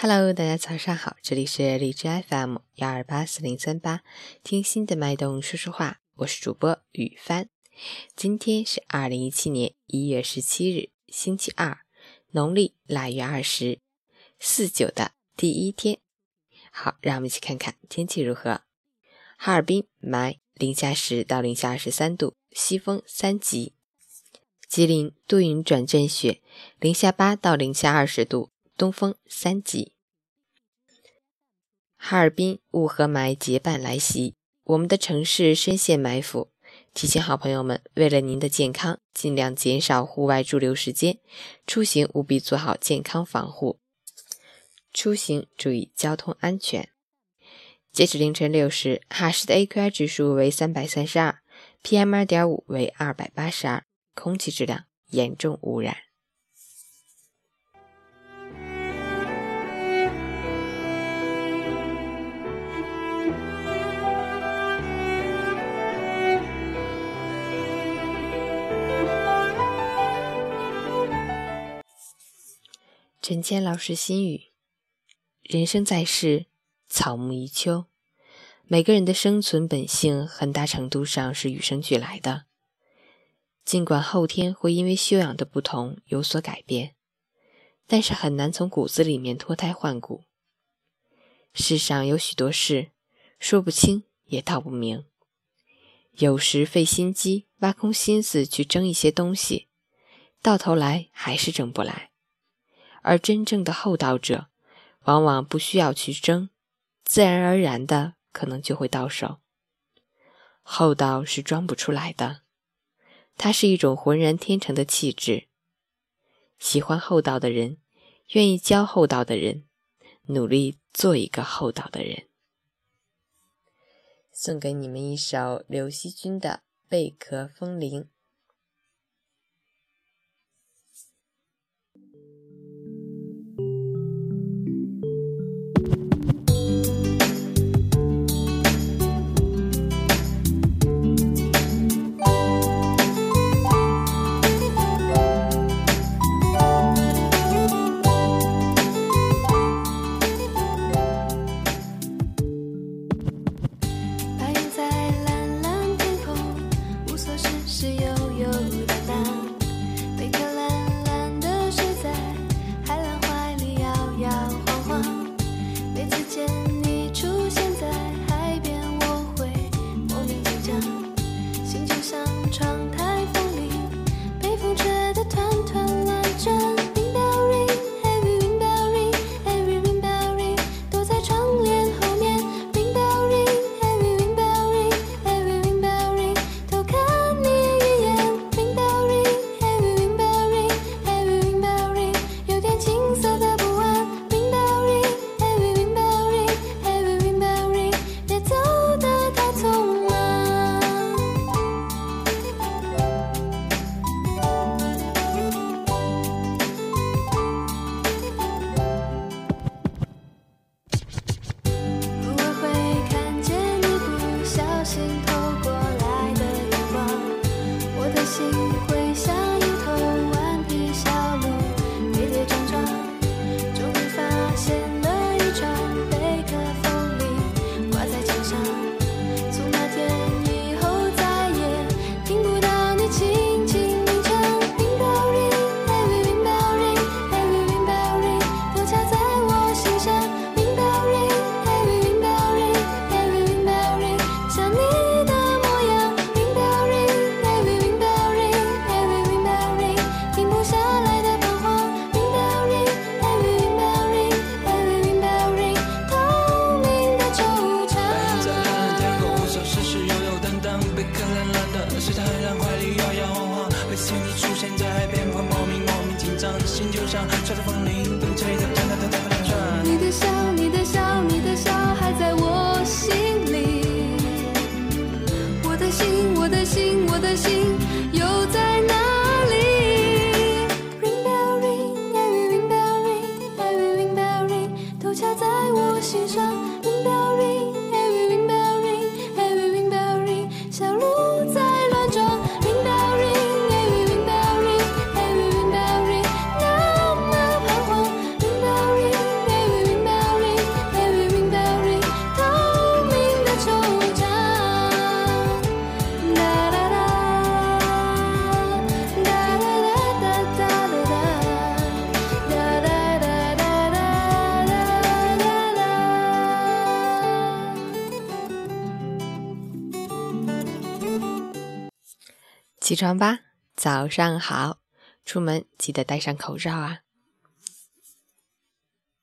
Hello， 大家早上好，这里是荔枝 FM1284038，听心的脉动说说话，我是主播雨帆。今天是2017年1月17日，星期二，农历腊月20，4九的第一天。好，让我们一起看看天气如何。哈尔滨霾，-10到-23度，西风3级。吉林多云转阵雪，-8到-20度，东风3级。哈尔滨雾和霾结伴来袭，我们的城市深陷埋伏。提醒好朋友们，为了您的健康，尽量减少户外驻留时间，出行务必做好健康防护。出行注意交通安全。截止凌晨6时，哈市的 AQI 指数为332， PM2.5 为282，空气质量严重污染。陈谦老师心语：人生在世，草木一秋，每个人的生存本性很大程度上是与生俱来的。尽管后天会因为修养的不同有所改变，但是很难从骨子里面脱胎换骨。世上有许多事，说不清也道不明，有时费心机挖空心思去争一些东西，到头来还是争不来。而真正的厚道者，往往不需要去争，自然而然的可能就会到手。厚道是装不出来的，它是一种浑然天成的气质。喜欢厚道的人，愿意教厚道的人，努力做一个厚道的人。送给你们一首刘惜君的《贝壳风铃》。 心就像吹着风铃，等着它转。你的笑，你的笑，你的笑还在我心里。我的心，我的心，我的心又在哪里 ？Ring bell ring, every ring bell ring, every ring bell ring， 都卡在我心上。Ring bell ring, every ring bell ring, every ring bell ring， 小鹿在乱撞。Ring bell ring, every ring bell ring, every ring bell ring， 那么彷徨。 起床吧，早上好，出门记得戴上口罩啊。